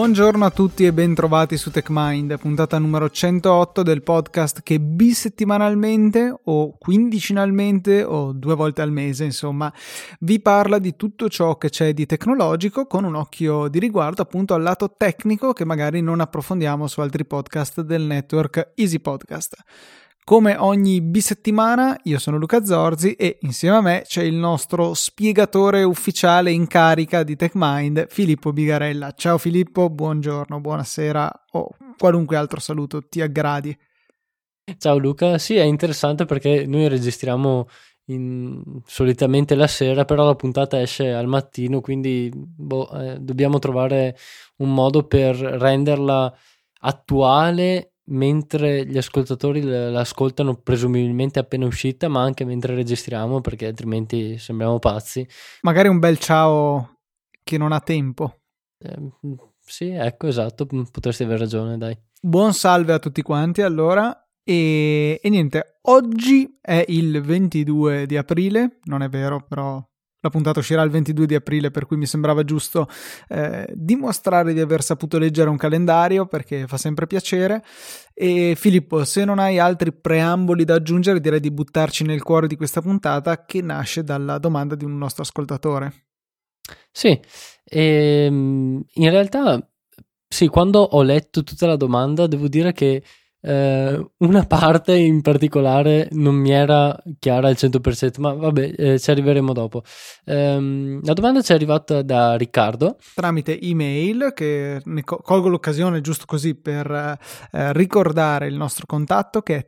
Buongiorno a tutti e ben trovati su TechMind, puntata numero 108 del podcast che bisettimanalmente o quindicinalmente o 2 volte al mese, insomma, vi parla di tutto ciò che c'è di tecnologico con un occhio di riguardo appunto al lato tecnico che magari non approfondiamo su altri podcast del network Easy Podcast. Come ogni bisettimana, io sono Luca Zorzi e insieme a me c'è il nostro spiegatore ufficiale in carica di TechMind, Filippo Bigarella. Ciao Filippo, buongiorno, buonasera o qualunque altro saluto ti aggradi. Ciao Luca, sì, è interessante perché noi registriamo solitamente la sera, però la puntata esce al mattino, quindi dobbiamo trovare un modo per renderla attuale mentre gli ascoltatori l'ascoltano presumibilmente appena uscita, ma anche mentre registriamo, perché altrimenti sembriamo pazzi. Magari un bel ciao che non ha tempo. Sì, ecco, esatto, potresti aver ragione, dai. Buon salve a tutti quanti allora. E niente, oggi è il 22 di aprile, non è vero, però la puntata uscirà il 22 di aprile, per cui mi sembrava giusto dimostrare di aver saputo leggere un calendario, perché fa sempre piacere. E Filippo, se non hai altri preamboli da aggiungere, direi di buttarci nel cuore di questa puntata, che nasce dalla domanda di un nostro ascoltatore. Sì, in realtà sì, quando ho letto tutta la domanda devo dire che una parte in particolare non mi era chiara al 100%, ma vabbè, ci arriveremo dopo. La domanda ci è arrivata da Riccardo tramite email, che ne colgo l'occasione giusto così per ricordare il nostro contatto, che è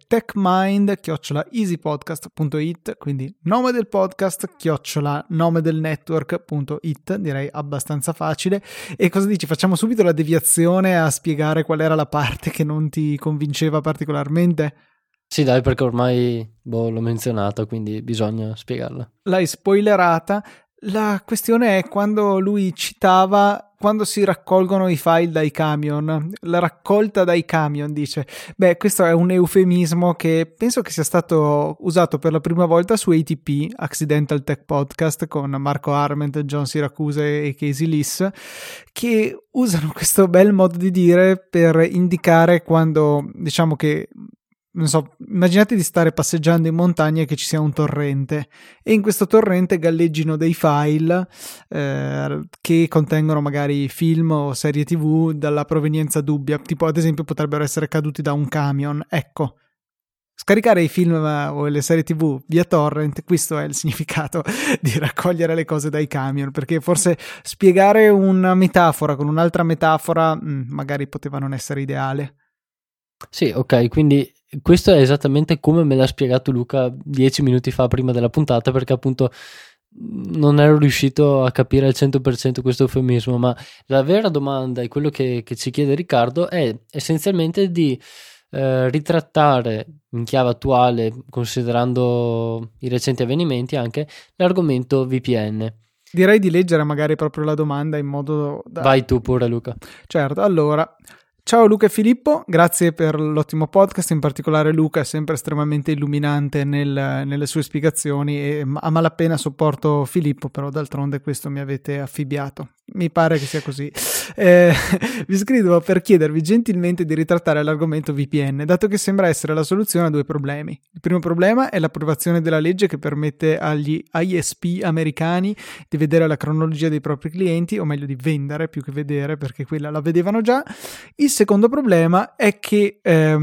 techmind@easypodcast.it, quindi nome del podcast @nome del network.it, direi abbastanza facile. E cosa dici? Facciamo subito la deviazione a spiegare qual era la parte che non ti convinceva particolarmente? Sì, dai, perché ormai l'ho menzionata, quindi bisogna spiegarla. L'hai spoilerata. La questione è quando lui citava quando si raccolgono i file dai camion, la raccolta dai camion, dice. Beh, questo è un eufemismo che penso che sia stato usato per la prima volta su ATP, Accidental Tech Podcast, con Marco Arment, John Siracuse e Casey Liss, che usano questo bel modo di dire per indicare quando, diciamo che, non so, immaginate di stare passeggiando in montagna e che ci sia un torrente e in questo torrente galleggino dei file che contengono magari film o serie TV dalla provenienza dubbia, tipo ad esempio potrebbero essere caduti da un camion. Ecco, scaricare i film o le serie TV via torrent, questo è il significato di raccogliere le cose dai camion, perché forse spiegare una metafora con un'altra metafora magari poteva non essere ideale. Sì, ok, quindi questo è esattamente come me l'ha spiegato Luca 10 minuti fa prima della puntata, perché appunto non ero riuscito a capire al 100% questo eufemismo, ma la vera domanda e quello che ci chiede Riccardo è essenzialmente di ritrattare in chiave attuale, considerando i recenti avvenimenti, anche l'argomento VPN. Direi di leggere magari proprio la domanda in modo da... Vai tu pure, Luca. Certo, allora... Ciao Luca e Filippo, grazie per l'ottimo podcast, in particolare Luca è sempre estremamente illuminante nelle sue spiegazioni e a malapena sopporto Filippo, però d'altronde questo mi avete affibbiato, mi pare che sia così. Vi scrivo per chiedervi gentilmente di ritrattare l'argomento VPN, dato che sembra essere la soluzione a 2 problemi. Il primo problema è l'approvazione della legge che permette agli ISP americani di vedere la cronologia dei propri clienti, o meglio di vendere più che vedere, perché quella la vedevano già. Il secondo problema è che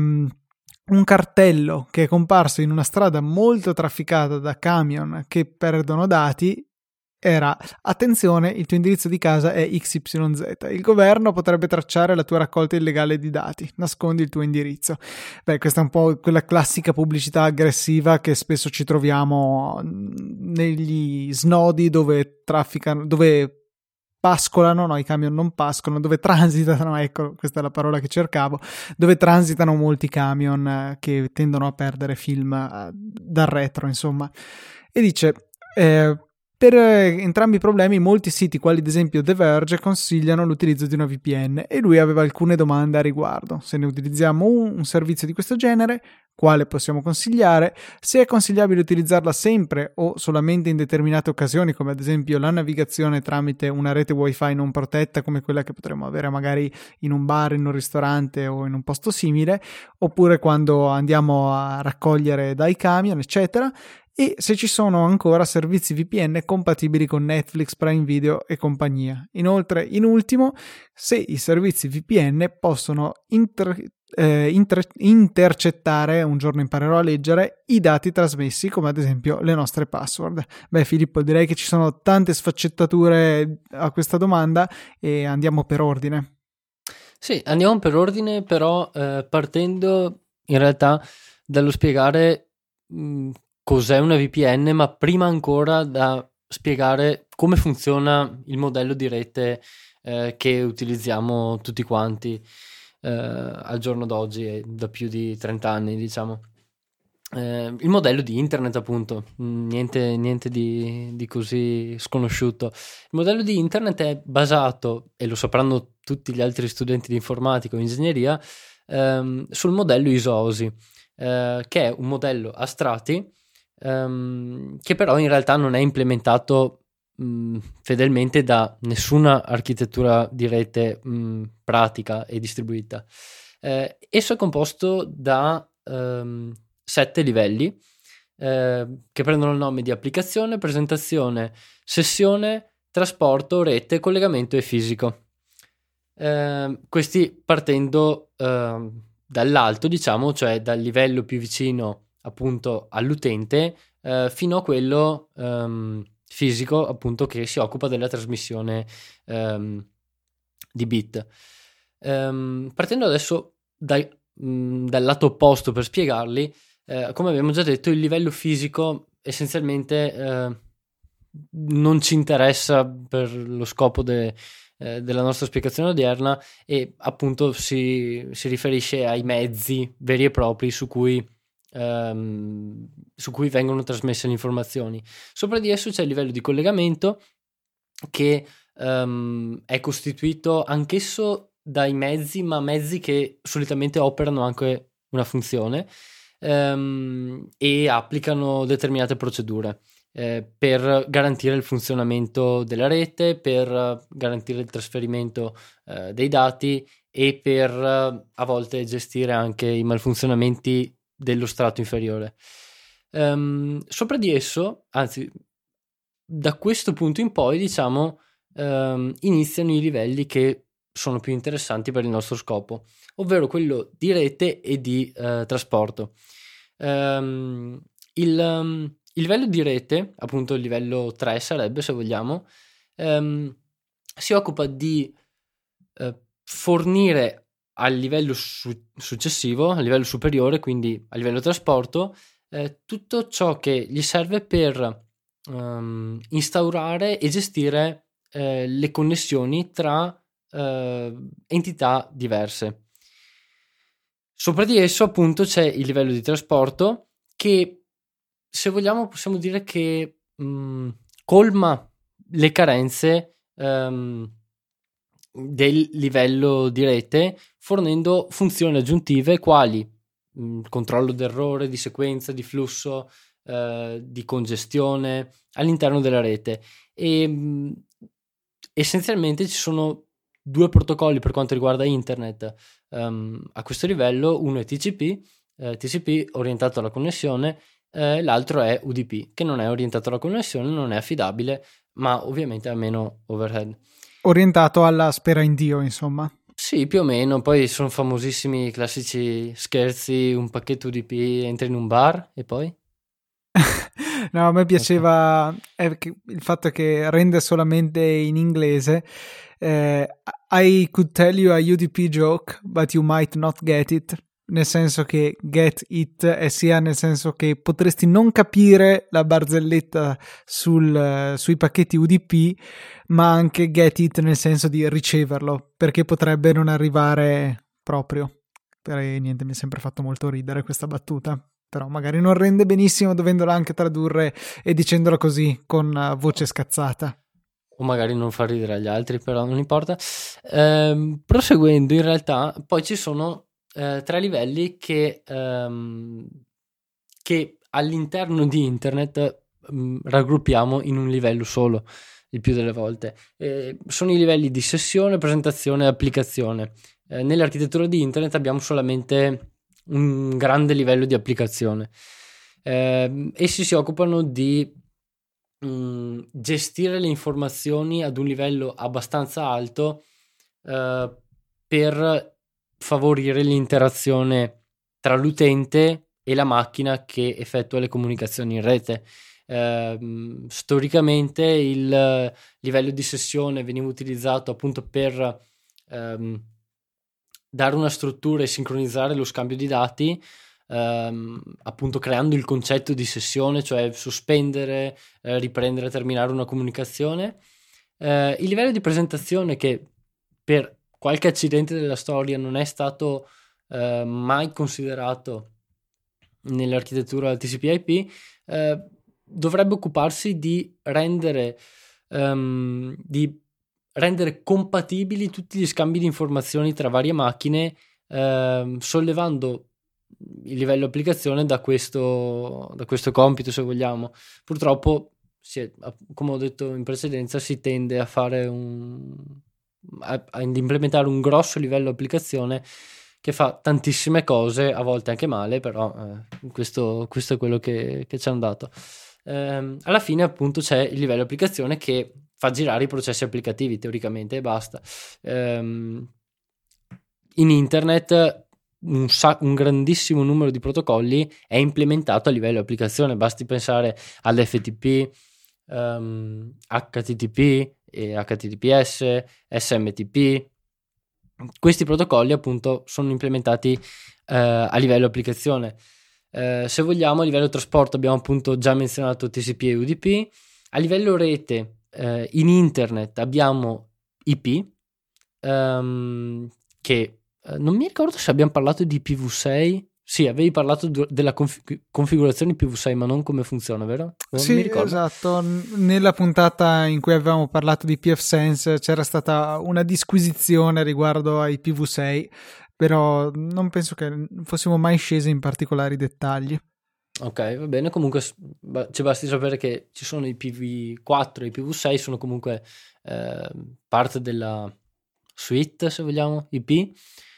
un cartello che è comparso in una strada molto trafficata da camion che perdono dati era: attenzione, il tuo indirizzo di casa è XYZ, il governo potrebbe tracciare la tua raccolta illegale di dati, nascondi il tuo indirizzo. Beh, questa è un po' quella classica pubblicità aggressiva che spesso ci troviamo negli snodi dove trafficano, dove pascolano, no, i camion non pascolano, dove transitano, ecco, questa è la parola che cercavo, dove transitano molti camion che tendono a perdere film dal retro, insomma. E dice, per entrambi i problemi molti siti, quali ad esempio The Verge, consigliano l'utilizzo di una VPN, e lui aveva alcune domande a riguardo. Se ne utilizziamo un servizio di questo genere, quale possiamo consigliare, se è consigliabile utilizzarla sempre o solamente in determinate occasioni, come ad esempio la navigazione tramite una rete wifi non protetta come quella che potremmo avere magari in un bar, in un ristorante o in un posto simile, oppure quando andiamo a raccogliere dai camion, eccetera, e se ci sono ancora servizi VPN compatibili con Netflix, Prime Video e compagnia. Inoltre, in ultimo, se i servizi VPN possono intercettare, un giorno imparerò a leggere, i dati trasmessi, come ad esempio le nostre password. Beh, Filippo, direi che ci sono tante sfaccettature a questa domanda e andiamo per ordine. Sì, andiamo per ordine, però partendo in realtà dallo spiegare cos'è una VPN, ma prima ancora da spiegare come funziona il modello di rete che utilizziamo tutti quanti al giorno d'oggi e da più di 30 anni, diciamo. Il modello di internet, appunto, niente di così sconosciuto. Il modello di internet è basato, e lo sapranno tutti gli altri studenti di informatica o ingegneria, sul modello ISO-OSI, che è un modello a strati che però in realtà non è implementato fedelmente da nessuna architettura di rete pratica e distribuita. Esso è composto da 7 livelli che prendono il nome di applicazione, presentazione, sessione, trasporto, rete, collegamento e fisico. Questi partendo dall'alto, diciamo, cioè dal livello più vicino appunto all'utente fino a quello fisico, appunto, che si occupa della trasmissione di bit. Partendo adesso dal lato opposto per spiegarli, come abbiamo già detto, il livello fisico essenzialmente non ci interessa per lo scopo della nostra spiegazione odierna, e appunto si riferisce ai mezzi veri e propri su cui vengono trasmesse le informazioni. Sopra di esso c'è il livello di collegamento, che è costituito anch'esso dai mezzi, ma mezzi che solitamente operano anche una funzione e applicano determinate procedure per garantire il funzionamento della rete, per garantire il trasferimento dei dati e per a volte gestire anche i malfunzionamenti dello strato inferiore. Sopra di esso, anzi da questo punto in poi, diciamo, iniziano i livelli che sono più interessanti per il nostro scopo, ovvero quello di rete e di trasporto. Il livello di rete, appunto il livello 3 sarebbe, se vogliamo, si occupa di fornire al livello successivo, al livello superiore, quindi a livello trasporto, tutto ciò che gli serve per instaurare e gestire le connessioni tra entità diverse. Sopra di esso appunto c'è il livello di trasporto, che se vogliamo possiamo dire che colma le carenze del livello di rete, fornendo funzioni aggiuntive quali controllo d'errore, di sequenza, di flusso, di congestione all'interno della rete. E essenzialmente ci sono 2 protocolli per quanto riguarda internet a questo livello. Uno è TCP orientato alla connessione, l'altro è UDP, che non è orientato alla connessione, non è affidabile, ma ovviamente ha meno overhead. Orientato alla spera in Dio, insomma. Sì, più o meno. Poi sono famosissimi i classici scherzi: un pacchetto UDP entra in un bar e poi? No, a me piaceva il fatto che rende solamente in inglese. I could tell you a UDP joke, but you might not get it. Nel senso che get it è sia nel senso che potresti non capire la barzelletta sui pacchetti UDP, ma anche get it nel senso di riceverlo, perché potrebbe non arrivare proprio. E niente, mi è sempre fatto molto ridere questa battuta, però magari non rende benissimo dovendola anche tradurre e dicendola così con voce scazzata. O magari non far ridere agli altri, però non importa. Proseguendo, in realtà poi ci sono tre livelli che all'interno di internet raggruppiamo in un livello solo il più delle volte. Sono i livelli di sessione, presentazione e applicazione. Nell'architettura di internet abbiamo solamente un grande livello di applicazione. Essi si occupano di gestire le informazioni ad un livello abbastanza alto per favorire l'interazione tra l'utente e la macchina che effettua le comunicazioni in rete. Storicamente il livello di sessione veniva utilizzato appunto per dare una struttura e sincronizzare lo scambio di dati, appunto creando il concetto di sessione, cioè sospendere, riprendere, terminare una comunicazione. Il livello di presentazione, che per qualche accidente della storia non è stato mai considerato nell'architettura TCP/IP, dovrebbe occuparsi di rendere compatibili tutti gli scambi di informazioni tra varie macchine, sollevando il livello applicazione da questo compito, se vogliamo. Purtroppo, come ho detto in precedenza, si tende a fare ad implementare un grosso livello applicazione che fa tantissime cose, a volte anche male, però questo è quello che ci hanno dato. Alla fine appunto c'è il livello applicazione che fa girare i processi applicativi teoricamente e basta. In internet un grandissimo numero di protocolli è implementato a livello applicazione, basti pensare all'FTP, HTTP, HTTPS, SMTP. Questi protocolli appunto sono implementati a livello applicazione. Se vogliamo, a livello trasporto abbiamo appunto già menzionato TCP e UDP. A livello rete in internet abbiamo IP, che non mi ricordo se abbiamo parlato di IPv6. Sì, avevi parlato della configurazione IPv6, ma non come funziona, vero? Non sì, mi ricordo. Esatto. Nella puntata in cui avevamo parlato di pfSense c'era stata una disquisizione riguardo a IPv6, però non penso che fossimo mai scesi in particolari dettagli. Ok, va bene. Comunque ci basti sapere che ci sono i IPv4 e i IPv6, sono comunque parte della suite, se vogliamo, IP,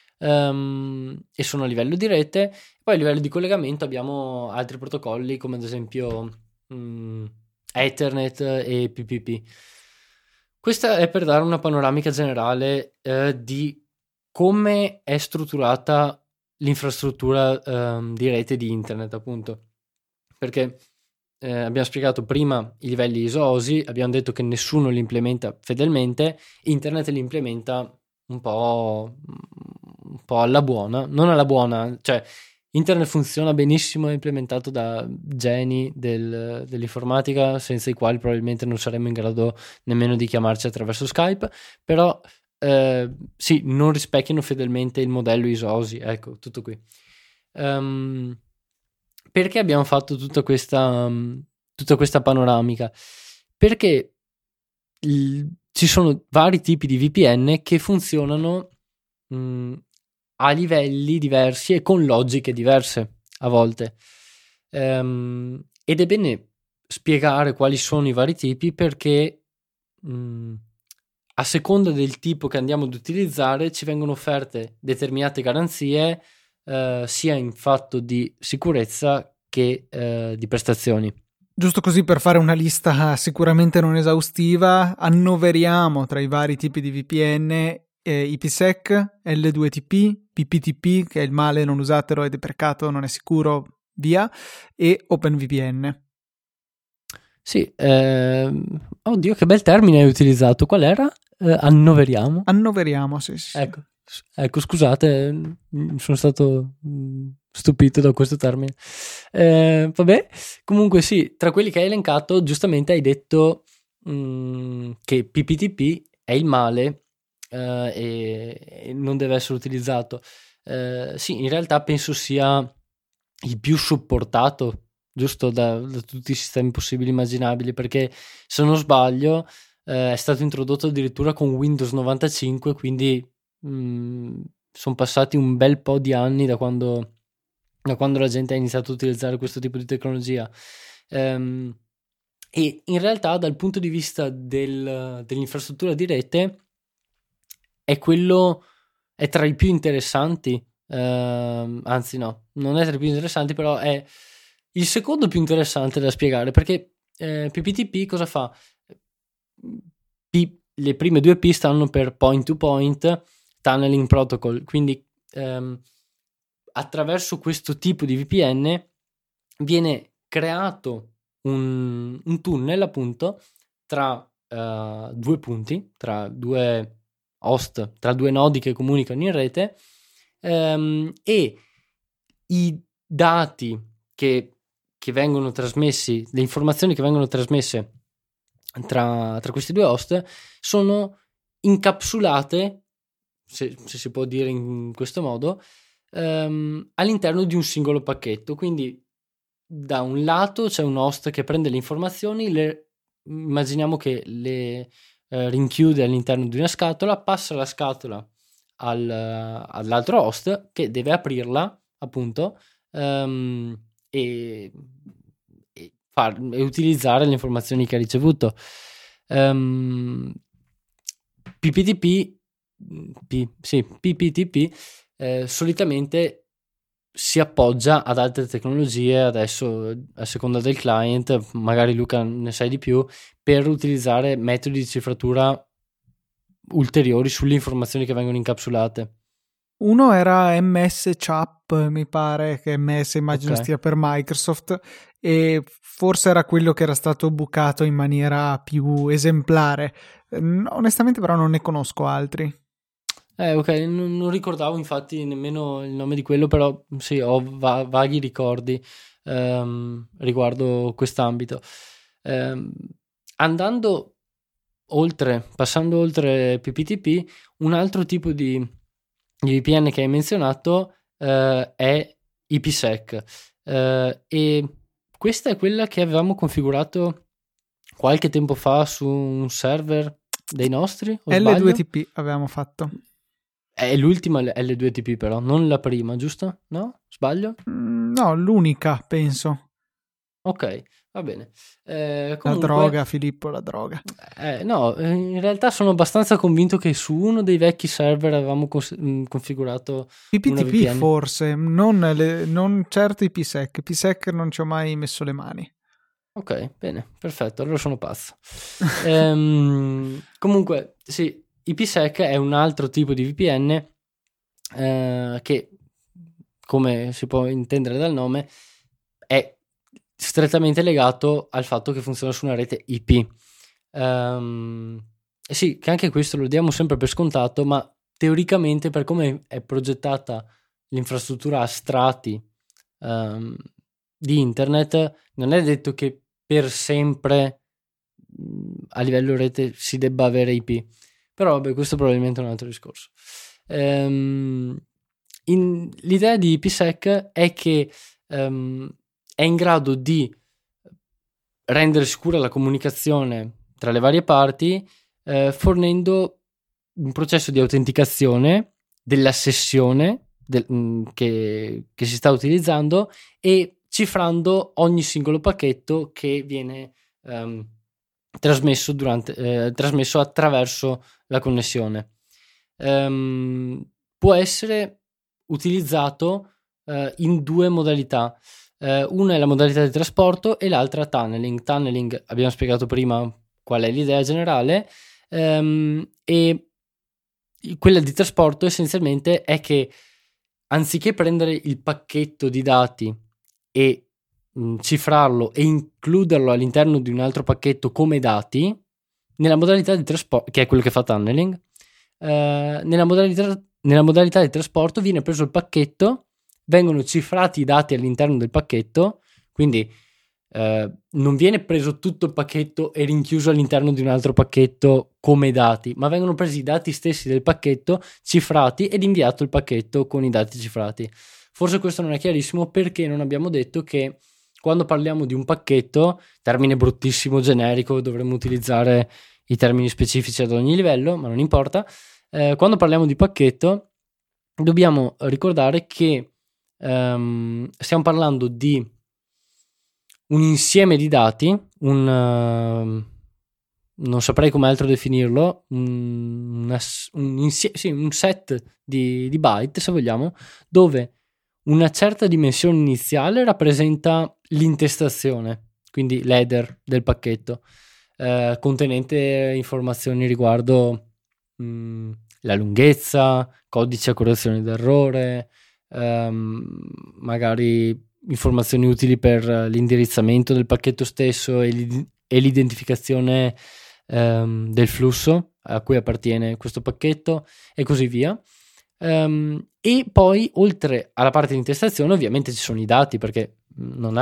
e sono a livello di rete. Poi a livello di collegamento abbiamo altri protocolli come ad esempio Ethernet e PPP. Questa è per dare una panoramica generale di come è strutturata l'infrastruttura di rete di internet, appunto, perché abbiamo spiegato prima i livelli ISO-OSI, abbiamo detto che nessuno li implementa fedelmente, internet li implementa un po' alla buona, non alla buona, cioè internet funziona benissimo, è implementato da geni dell'informatica, senza i quali probabilmente non saremmo in grado nemmeno di chiamarci attraverso Skype, però sì, non rispecchiano fedelmente il modello ISO-OSI, ecco, tutto qui. Perché abbiamo fatto tutta questa panoramica? Perché ci sono vari tipi di VPN che funzionano a livelli diversi e con logiche diverse a volte, ed è bene spiegare quali sono i vari tipi, perché a seconda del tipo che andiamo ad utilizzare ci vengono offerte determinate garanzie, sia in fatto di sicurezza che di prestazioni. Giusto così per fare una lista sicuramente non esaustiva, annoveriamo tra i vari tipi di VPN IPsec, L2TP, PPTP, che è il male, non usatelo, è deprecato, non è sicuro, via, e OpenVPN. Sì, oddio, che bel termine hai utilizzato, qual era? Annoveriamo? Annoveriamo, sì. Ecco, scusate, sono stato stupito da questo termine. Vabbè, comunque sì, tra quelli che hai elencato, giustamente hai detto che PPTP è il male e non deve essere utilizzato. Sì, in realtà penso sia il più supportato, giusto, da tutti i sistemi possibili e immaginabili, perché se non sbaglio è stato introdotto addirittura con Windows 95, quindi sono passati un bel po' di anni da quando la gente ha iniziato a utilizzare questo tipo di tecnologia. E in realtà dal punto di vista dell'infrastruttura di rete è tra i più interessanti, anzi no, non è tra i più interessanti, però è il secondo più interessante da spiegare, perché PPTP cosa fa? Le prime due P stanno per Point to Point Tunneling Protocol, quindi attraverso questo tipo di VPN viene creato un tunnel appunto tra due punti, tra due host, tra due nodi che comunicano in rete, e i dati che vengono trasmessi, le informazioni che vengono trasmesse tra questi due host sono incapsulate, se si può dire in questo modo, all'interno di un singolo pacchetto. Quindi da un lato c'è un host che prende le informazioni, immaginiamo che le rinchiude all'interno di una scatola, passa la scatola all'altro host che deve aprirla appunto e utilizzare le informazioni che ha ricevuto. PPTP solitamente si appoggia ad altre tecnologie, adesso a seconda del client, magari Luca ne sai di più, per utilizzare metodi di cifratura ulteriori sulle informazioni che vengono incapsulate. Uno era MS Chap, mi pare che MS immagino stia per Microsoft, e forse era quello che era stato bucato in maniera più esemplare. Onestamente però non ne conosco altri. Ok, non ricordavo infatti nemmeno il nome di quello, però sì, ho vaghi ricordi riguardo quest'ambito. Passando oltre PPTP, un altro tipo di VPN che hai menzionato è IPsec, e questa è quella che avevamo configurato qualche tempo fa su un server dei nostri, o L2TP avevamo fatto. È l'ultima L2TP però, non la prima, giusto? No? Sbaglio? No, l'unica, penso. Ok, va bene. La droga, Filippo, la droga. No, in realtà sono abbastanza convinto che su uno dei vecchi server avevamo configurato PPTP forse, non certo IPsec. IPsec non ci ho mai messo le mani. Ok, bene, perfetto, allora sono pazzo. Comunque, sì, IPsec è un altro tipo di VPN che, come si può intendere dal nome, è strettamente legato al fatto che funziona su una rete IP. Sì, che anche questo lo diamo sempre per scontato, ma teoricamente, per come è progettata l'infrastruttura a strati di internet, non è detto che per sempre a livello rete si debba avere IP. Però vabbè, questo probabilmente è un altro discorso. L'idea di IPsec è che è in grado di rendere sicura la comunicazione tra le varie parti, fornendo un processo di autenticazione della sessione che si sta utilizzando e cifrando ogni singolo pacchetto che viene trasmesso attraverso la connessione. Può essere utilizzato in due modalità. Una è la modalità di trasporto e l'altra tunneling. Tunneling abbiamo spiegato prima qual è l'idea generale, e quella di trasporto essenzialmente è che anziché prendere il pacchetto di dati e cifrarlo e includerlo all'interno di un altro pacchetto come dati, nella modalità di trasporto, che è quello che fa tunneling, nella modalità di trasporto viene preso il pacchetto, vengono cifrati i dati all'interno del pacchetto, quindi non viene preso tutto il pacchetto e rinchiuso all'interno di un altro pacchetto come dati, ma vengono presi i dati stessi del pacchetto, cifrati ed inviato il pacchetto con i dati cifrati. Forse questo non è chiarissimo perché non abbiamo detto che quando parliamo di un pacchetto, termine bruttissimo, generico, dovremmo utilizzare i termini specifici ad ogni livello, ma non importa. Quando parliamo di pacchetto dobbiamo ricordare che stiamo parlando di un insieme di dati, non saprei come altro definirlo, un set di byte, se vogliamo, dove una certa dimensione iniziale rappresenta l'intestazione, quindi l'header del pacchetto, contenente informazioni riguardo la lunghezza, codice a correzione d'errore, magari informazioni utili per l'indirizzamento del pacchetto stesso e l'identificazione del flusso a cui appartiene questo pacchetto e così via. E poi, oltre alla parte di intestazione, ovviamente ci sono i dati, perché nella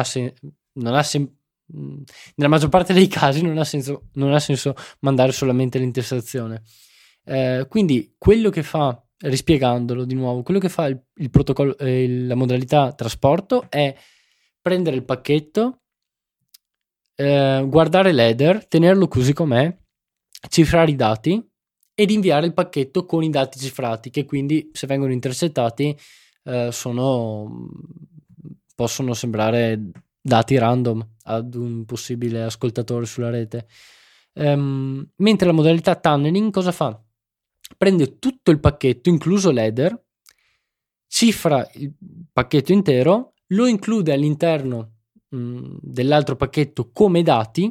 maggior parte dei casi non ha senso mandare solamente l'intestazione. Quindi quello che fa, rispiegandolo di nuovo, quello che fa il protocollo, la modalità trasporto è prendere il pacchetto, guardare l'header, tenerlo così com'è, cifrare i dati ed inviare il pacchetto con i dati cifrati, che quindi, se vengono intercettati, possono sembrare dati random ad un possibile ascoltatore sulla rete. Mentre la modalità tunneling cosa fa? Prende tutto il pacchetto, incluso l'header, cifra il pacchetto intero, lo include all'interno dell'altro pacchetto come dati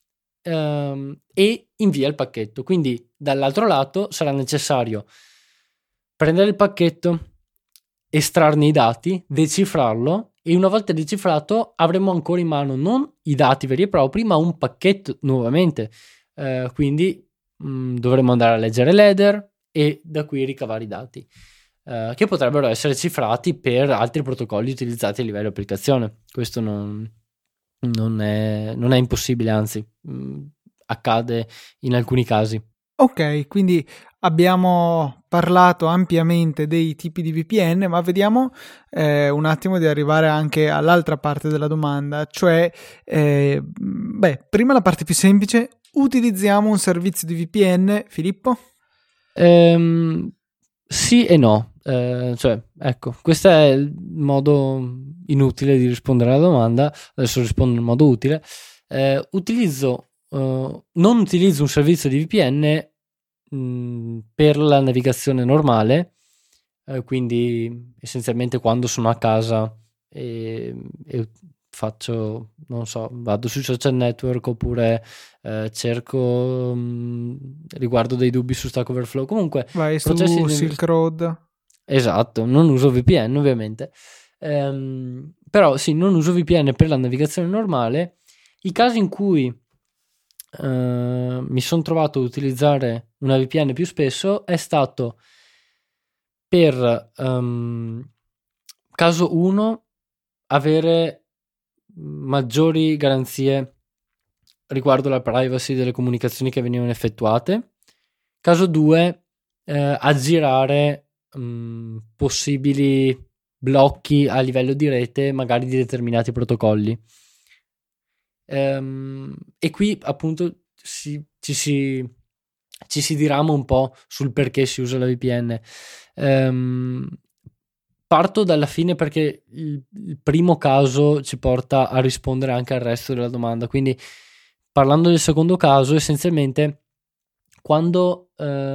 e invia il pacchetto. Quindi dall'altro lato sarà necessario prendere il pacchetto, estrarne i dati, decifrarlo, e una volta decifrato avremo ancora in mano non i dati veri e propri, ma un pacchetto nuovamente. Quindi dovremo andare a leggere l'header e da qui ricavare i dati, che potrebbero essere cifrati per altri protocolli utilizzati a livello applicazione. Questo non è impossibile, anzi accade in alcuni casi. Ok, quindi abbiamo parlato ampiamente dei tipi di VPN, ma vediamo un attimo di arrivare anche all'altra parte della domanda, cioè prima la parte più semplice: utilizziamo un servizio di VPN, Filippo? Sì e no, cioè, ecco, questo è il modo inutile di rispondere alla domanda. Adesso rispondo in modo utile. Non utilizzo un servizio di VPN per la navigazione normale, quindi essenzialmente quando sono a casa e faccio, non so, vado sui social network oppure cerco riguardo dei dubbi su Stack Overflow. Comunque vai su Silk Road. Esatto, non uso VPN ovviamente, però sì, non uso VPN per la navigazione normale. I casi in cui mi sono trovato ad utilizzare una VPN più spesso è stato per caso 1 avere maggiori garanzie riguardo la privacy delle comunicazioni che venivano effettuate, caso 2 aggirare possibili blocchi a livello di rete, magari di determinati protocolli. E qui appunto ci si dirama un po' sul perché si usa la VPN. Parto dalla fine perché il primo caso ci porta a rispondere anche al resto della domanda. Quindi, parlando del secondo caso, essenzialmente quando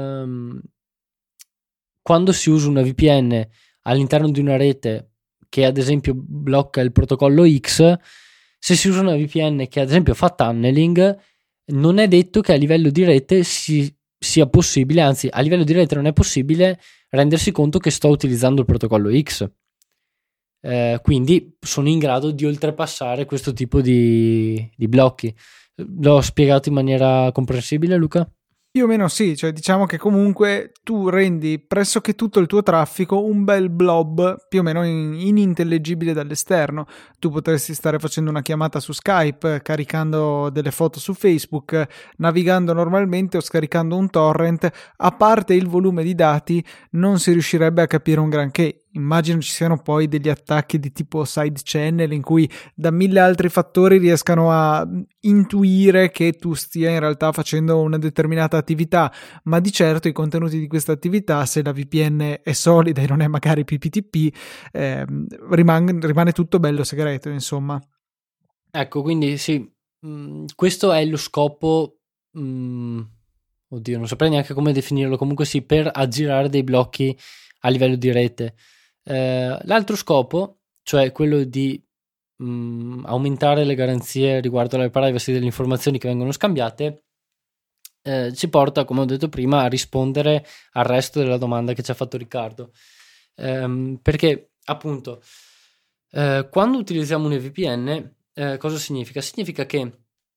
si usa una VPN all'interno di una rete che ad esempio blocca il protocollo X, se si usa una VPN che ad esempio fa tunneling, non è detto che a livello di rete sia possibile, anzi a livello di rete non è possibile rendersi conto che sto utilizzando il protocollo X. Quindi sono in grado di oltrepassare questo tipo di blocchi. L'ho spiegato in maniera comprensibile, Luca? Più o meno sì, cioè diciamo che comunque tu rendi pressoché tutto il tuo traffico un bel blob più o meno inintellegibile dall'esterno. Tu potresti stare facendo una chiamata su Skype, caricando delle foto su Facebook, navigando normalmente o scaricando un torrent. A parte il volume di dati non si riuscirebbe a capire un granché. immagino ci siano poi degli attacchi di tipo side channel in cui da 1000 altri fattori riescano a intuire che tu stia in realtà facendo una determinata attività, ma di certo i contenuti di questa attività, se la VPN è solida e non è magari PPTP, rimane tutto bello segreto, insomma. Ecco, quindi sì, questo è lo scopo, oddio, non saprei neanche come definirlo, comunque sì, per aggirare dei blocchi a livello di rete. L'altro scopo, cioè quello di aumentare le garanzie riguardo alla privacy delle informazioni che vengono scambiate, ci porta, come ho detto prima, a rispondere al resto della domanda che ci ha fatto Riccardo. Perché appunto quando utilizziamo un VPN, cosa significa? Significa che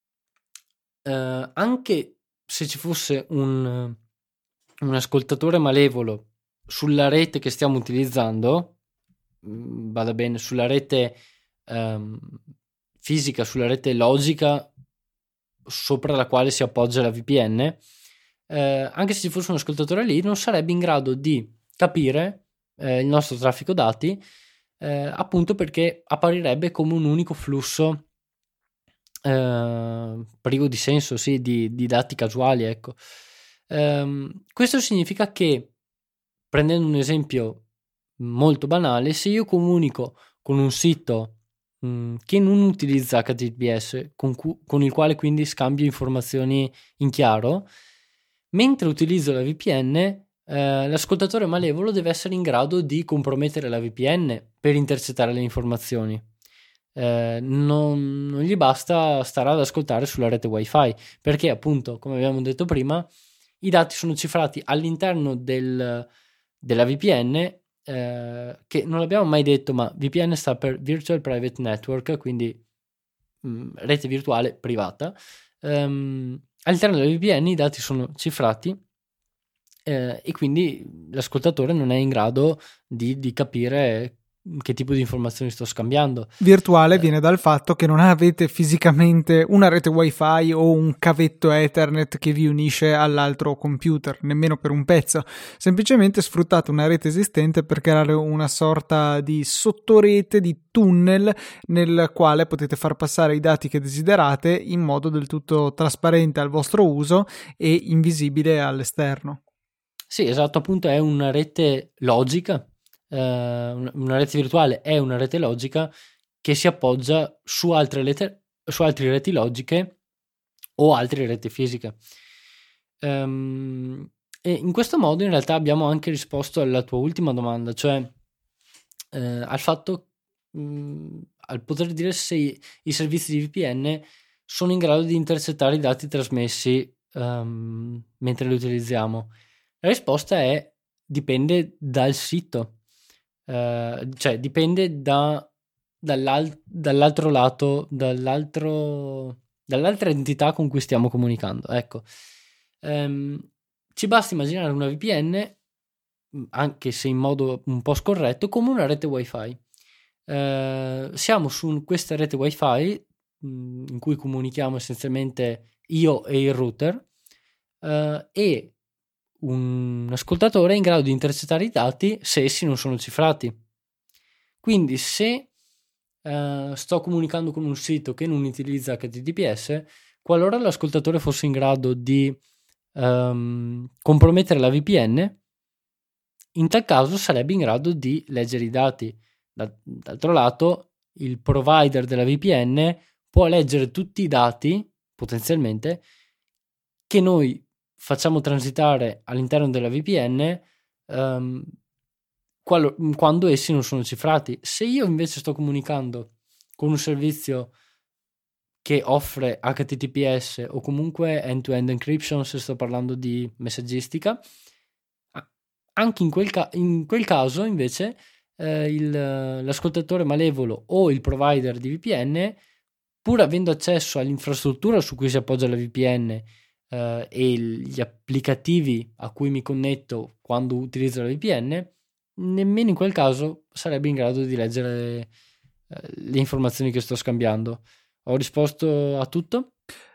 anche se ci fosse un ascoltatore malevolo sulla rete che stiamo utilizzando, vada bene, sulla rete fisica, sulla rete logica sopra la quale si appoggia la VPN, anche se ci fosse un ascoltatore lì, non sarebbe in grado di capire il nostro traffico dati, appunto perché apparirebbe come un unico flusso privo di senso, sì, di dati casuali, ecco. Questo significa che, prendendo un esempio molto banale, se io comunico con un sito che non utilizza HTTPS, con il quale quindi scambio informazioni in chiaro, mentre utilizzo la VPN, l'ascoltatore malevolo deve essere in grado di compromettere la VPN per intercettare le informazioni. Non gli basta stare ad ascoltare sulla rete wifi, perché appunto, come abbiamo detto prima, i dati sono cifrati all'interno della VPN, che non l'abbiamo mai detto, ma VPN sta per Virtual Private Network, quindi rete virtuale privata. All'interno della VPN i dati sono cifrati, e quindi l'ascoltatore non è in grado di capire che tipo di informazioni sto scambiando. Virtuale viene dal fatto che non avete fisicamente una rete wifi o un cavetto Ethernet che vi unisce all'altro computer, nemmeno per un pezzo. Semplicemente sfruttate una rete esistente per creare una sorta di sottorete, di tunnel nel quale potete far passare i dati che desiderate in modo del tutto trasparente al vostro uso e invisibile all'esterno. Sì, esatto, appunto è una rete logica. Una rete virtuale è una rete logica che si appoggia su altre reti logiche o altre reti fisiche. E in questo modo in realtà abbiamo anche risposto alla tua ultima domanda, cioè al fatto, al poter dire se i servizi di VPN sono in grado di intercettare i dati trasmessi mentre li utilizziamo. La risposta è dipende dal sito. Cioè dipende dall'altro lato, dall'altra entità con cui stiamo comunicando. Ecco, ci basta immaginare una VPN, anche se in modo un po' scorretto, come una rete wifi. Siamo su questa rete wifi in cui comunichiamo essenzialmente io e il router, e un ascoltatore è in grado di intercettare i dati se essi non sono cifrati. Quindi se sto comunicando con un sito che non utilizza HTTPS, qualora l'ascoltatore fosse in grado di compromettere la VPN, in tal caso sarebbe in grado di leggere i dati. D'altro lato, il provider della VPN può leggere tutti i dati, potenzialmente, che noi facciamo transitare all'interno della VPN quando essi non sono cifrati. Se io invece sto comunicando con un servizio che offre HTTPS o comunque end-to-end encryption, se sto parlando di messaggistica, anche in quel caso invece l'ascoltatore malevolo o il provider di VPN, pur avendo accesso all'infrastruttura su cui si appoggia la VPN e gli applicativi a cui mi connetto quando utilizzo la VPN, nemmeno in quel caso sarebbe in grado di leggere le informazioni che sto scambiando. Ho risposto a tutto?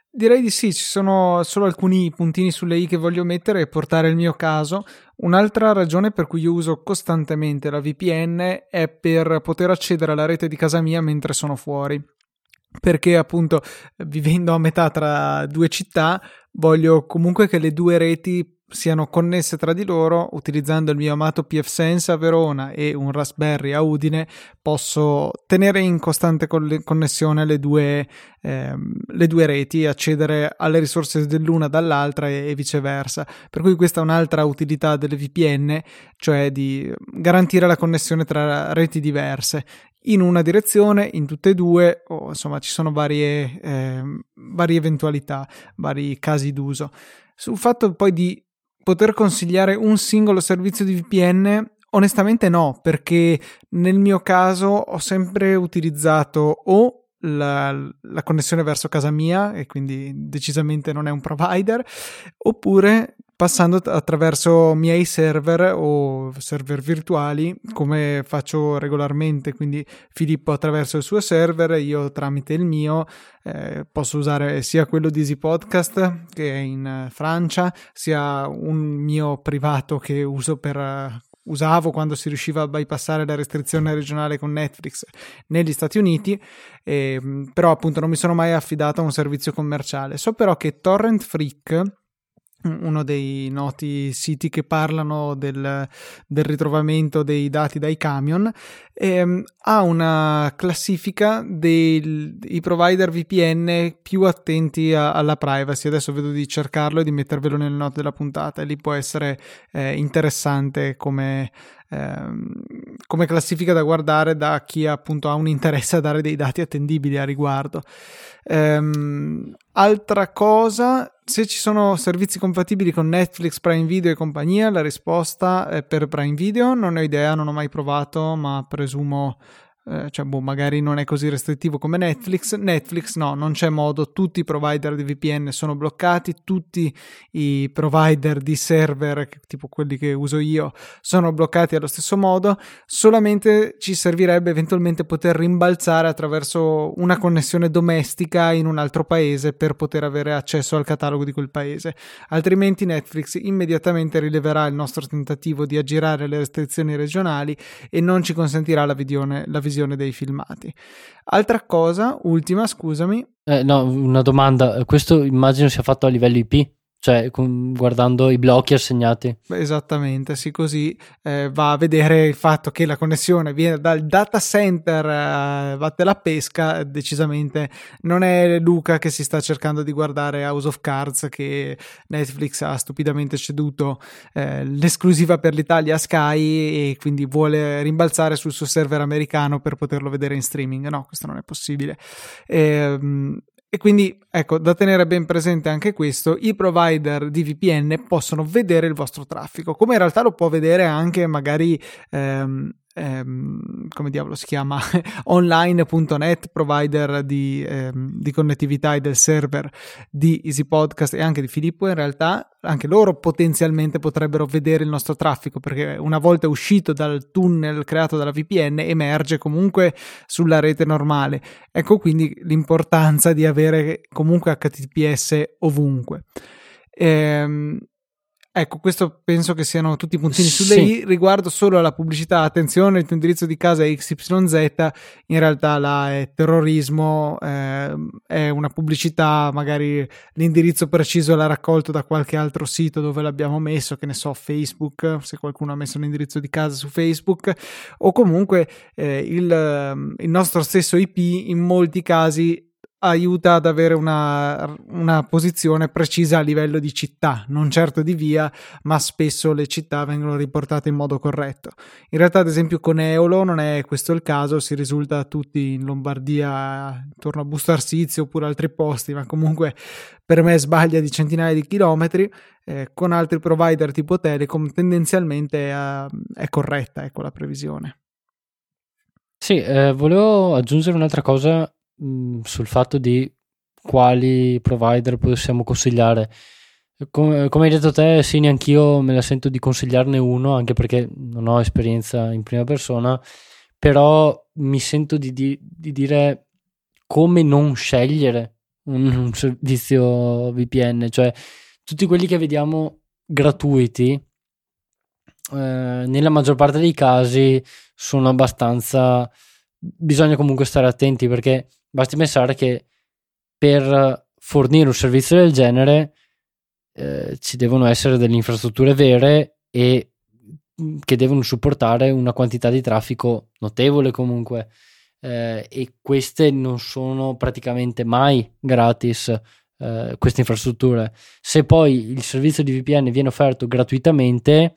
Direi di sì, ci sono solo alcuni puntini sulle i che voglio mettere e portare il mio caso. Un'altra ragione per cui io uso costantemente la VPN è per poter accedere alla rete di casa mia mentre sono fuori. Perché appunto, vivendo a metà tra due città, voglio comunque che le due reti siano connesse tra di loro. Utilizzando il mio amato pfSense a Verona e un Raspberry a Udine, posso tenere in costante connessione le due reti, accedere alle risorse dell'una dall'altra e viceversa. Per cui questa è un'altra utilità delle VPN, cioè di garantire la connessione tra reti diverse in una direzione, in tutte e due, o insomma ci sono varie eventualità, vari casi d'uso. Sul fatto poi di poter consigliare un singolo servizio di VPN, onestamente no, perché nel mio caso ho sempre utilizzato o la connessione verso casa mia, e quindi decisamente non è un provider, oppure passando attraverso miei server o server virtuali, come faccio regolarmente. Quindi Filippo attraverso il suo server, io tramite il mio. Posso usare sia quello di Easy Podcast, che è in Francia, sia un mio privato che usavo quando si riusciva a bypassare la restrizione regionale con Netflix negli Stati Uniti, però appunto non mi sono mai affidato a un servizio commerciale. So però che Torrent Freak, uno dei noti siti che parlano del ritrovamento dei dati dai camion, ha una classifica dei provider VPN più attenti alla privacy. Adesso vedo di cercarlo e di mettervelo nelle note della puntata, e lì può essere interessante come classifica da guardare da chi appunto ha un interesse a dare dei dati attendibili a riguardo. Altra cosa, se ci sono servizi compatibili con Netflix, Prime Video e compagnia, la risposta è per Prime Video. Non ho idea, non ho mai provato, ma presumo magari non è così restrittivo come Netflix. Netflix no, non c'è modo, tutti i provider di VPN sono bloccati, tutti i provider di server, tipo quelli che uso io, sono bloccati allo stesso modo. Solamente ci servirebbe eventualmente poter rimbalzare attraverso una connessione domestica in un altro paese per poter avere accesso al catalogo di quel paese, altrimenti Netflix immediatamente rileverà il nostro tentativo di aggirare le restrizioni regionali e non ci consentirà la visione dei filmati. Altra cosa, ultima, scusami. No, una domanda. Questo immagino sia fatto a livello IP, cioè guardando i blocchi assegnati. Esattamente, sì, così va a vedere il fatto che la connessione viene dal data center, vatte la pesca. Decisamente non è Luca che si sta cercando di guardare House of Cards, che Netflix ha stupidamente ceduto l'esclusiva per l'Italia a Sky, e quindi vuole rimbalzare sul suo server americano per poterlo vedere in streaming. No, questo non è possibile. E quindi ecco, da tenere ben presente anche questo: i provider di VPN possono vedere il vostro traffico, come in realtà lo può vedere anche magari come diavolo si chiama online.net, provider di connettività e del server di Easy Podcast e anche di Filippo. In realtà anche loro potenzialmente potrebbero vedere il nostro traffico, perché una volta uscito dal tunnel creato dalla VPN emerge comunque sulla rete normale. Ecco quindi l'importanza di avere comunque HTTPS ovunque. Ecco, questo penso che siano tutti i puntini sulle i. Riguardo solo alla pubblicità, attenzione, il tuo indirizzo di casa è XYZ, in realtà là è terrorismo, è una pubblicità, magari l'indirizzo preciso l'ha raccolto da qualche altro sito dove l'abbiamo messo, che ne so, Facebook, se qualcuno ha messo un indirizzo di casa su Facebook, o comunque il nostro stesso IP in molti casi aiuta ad avere una posizione precisa a livello di città, non certo di via, ma spesso le città vengono riportate in modo corretto. In realtà, ad esempio, con Eolo non è questo il caso, si risulta tutti in Lombardia, intorno a Busto Arsizio oppure altri posti, ma comunque per me sbaglia di centinaia di chilometri. Con altri provider tipo Telecom tendenzialmente è corretta, ecco, la previsione. Sì, volevo aggiungere un'altra cosa sul fatto di quali provider possiamo consigliare. Come hai detto te, sì, neanch'io me la sento di consigliarne uno, anche perché non ho esperienza in prima persona, però mi sento di dire come non scegliere un servizio VPN, cioè tutti quelli che vediamo gratuiti nella maggior parte dei casi sono abbastanza, bisogna comunque stare attenti, perché basti pensare che per fornire un servizio del genere ci devono essere delle infrastrutture vere e che devono supportare una quantità di traffico notevole comunque, e queste non sono praticamente mai gratis, queste infrastrutture. Se poi il servizio di VPN viene offerto gratuitamente,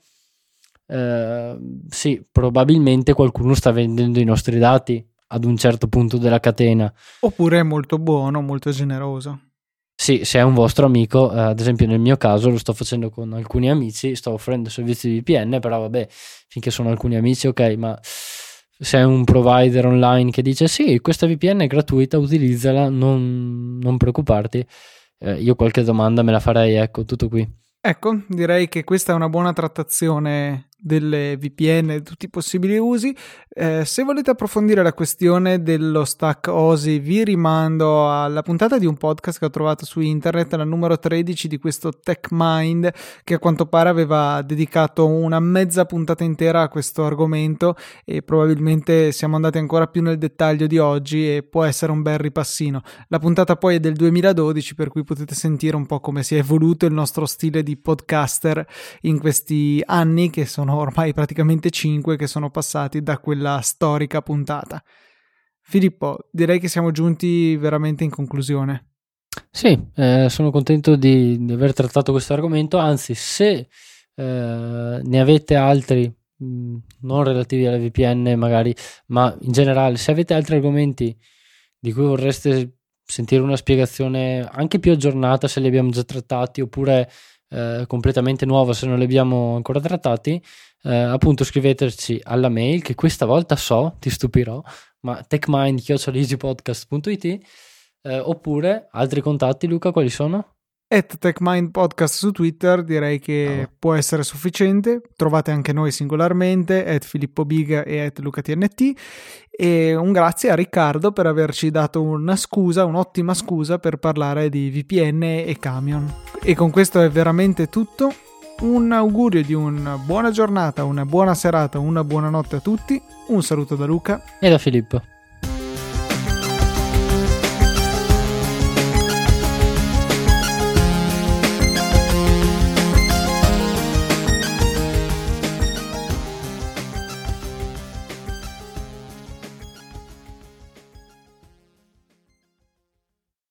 sì, probabilmente qualcuno sta vendendo i nostri dati ad un certo punto della catena, oppure è molto buono, molto generoso. Sì, se è un vostro amico, ad esempio nel mio caso lo sto facendo con alcuni amici, sto offrendo servizi di VPN, però vabbè, finché sono alcuni amici ok, ma se è un provider online che dice sì, questa VPN è gratuita, utilizzala, non preoccuparti, io qualche domanda me la farei, ecco, tutto qui. Ecco, direi che questa è una buona trattazione delle VPN e tutti i possibili usi. Se volete approfondire la questione dello stack OSI, vi rimando alla puntata di un podcast che ho trovato su internet, la numero 13 di questo TechMind, che a quanto pare aveva dedicato una mezza puntata intera a questo argomento, e probabilmente siamo andati ancora più nel dettaglio di oggi e può essere un bel ripassino. La puntata poi è del 2012, per cui potete sentire un po' come si è evoluto il nostro stile di podcaster in questi anni, che sono ormai praticamente 5 che sono passati da quella storica puntata. Filippo, direi che siamo giunti veramente in conclusione. Sì, sono contento di aver trattato questo argomento, anzi se ne avete altri, non relativi alla VPN magari, ma in generale, se avete altri argomenti di cui vorreste sentire una spiegazione anche più aggiornata, se li abbiamo già trattati, oppure completamente nuova se non li abbiamo ancora trattati, appunto scriveteci alla mail, che questa volta ti stupirò, ma techmind@easypodcast.it, oppure altri contatti. Luca, quali sono? @techmindpodcast su Twitter, direi che può essere sufficiente. Trovate anche noi singolarmente @filippobiga e @lucatnt. E un grazie a Riccardo per averci dato un'ottima scusa per parlare di VPN e camion. E con questo è veramente tutto. Un augurio di una buona giornata, una buona serata, una buona notte a tutti. Un saluto da Luca e da Filippo.